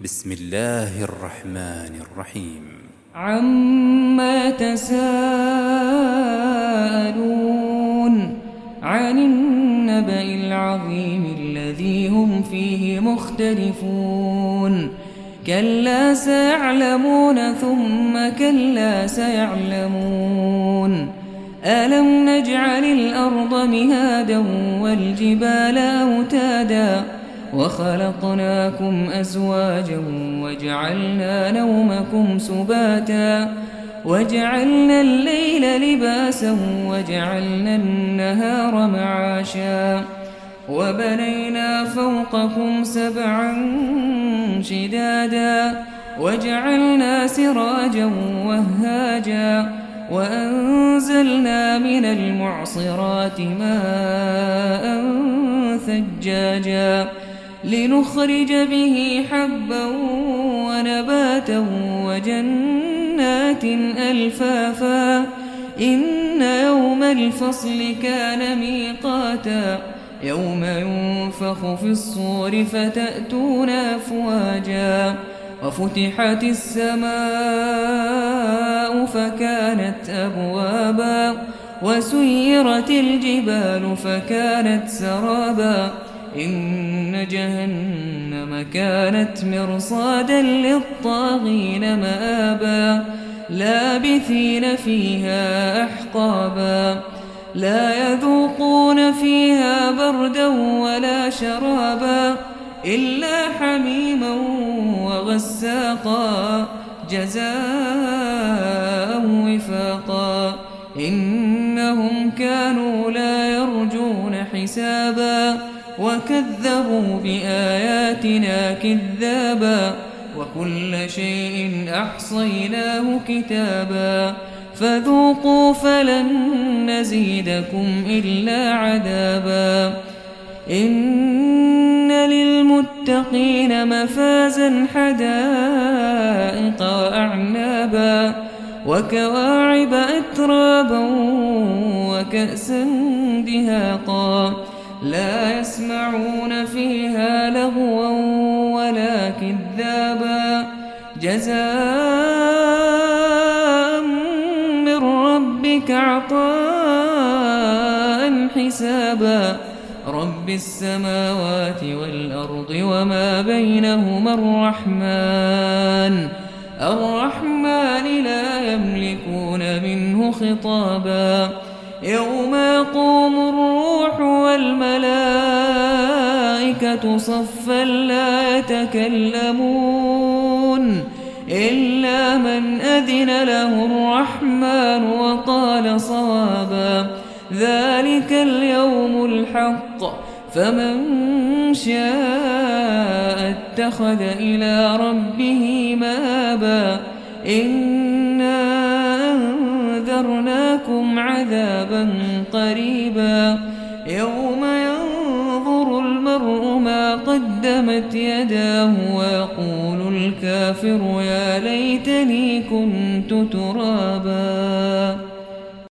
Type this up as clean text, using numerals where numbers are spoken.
بسم الله الرحمن الرحيم. عما يتساءلون عن النبأ العظيم الذي هم فيه مختلفون كلا سيعلمون ثم كلا سيعلمون ألم نجعل الأرض مهادا والجبال أوتادا وخلقناكم أزواجا وجعلنا نومكم سباتا وجعلنا الليل لباسا وجعلنا النهار معاشا وبنينا فوقكم سبعا شدادا وجعلنا سراجا وهاجا وأنزلنا من المعصرات ماء ثجاجا لنخرج به حبا ونباتا وجنات ألفافا إن يوم الفصل كان ميقاتا يوم ينفخ في الصور فتأتون أفواجا وفتحت السماء فكانت أبوابا وسيرت الجبال فكانت سرابا إن جهنم كانت مرصادا للطاغين مآبا لابثين فيها أحقابا لا يذوقون فيها بردا ولا شرابا إلا حميما وغساقا جزاء وفاقا إنهم كانوا لا يرجون حسابا وكذبوا بآياتنا كذابا وكل شيء أحصيناه كتابا فذوقوا فلن نزيدكم إلا عذابا إن للمتقين مفازا حدائق وأعنابا وكواعب أترابا وكأسا دهاقا لا يسمعون فيها لغوا ولا كذابا جزاء من ربك عطاء حسابا رب السماوات والأرض وما بينهما الرحمن لا يملكون منه خطابا يوم يقوم الروح والملائكة صفا لا يتكلمون إلا من أذن له الرحمن وقال صوابا ذلك اليوم الحق فمن شاء اتخذ إلى ربه مآبا إنا أنذرناكم عذابا قريبا يوم ينظر المرء ما قدمت يداه ويقول الكافر يا ليتني كنت ترابا.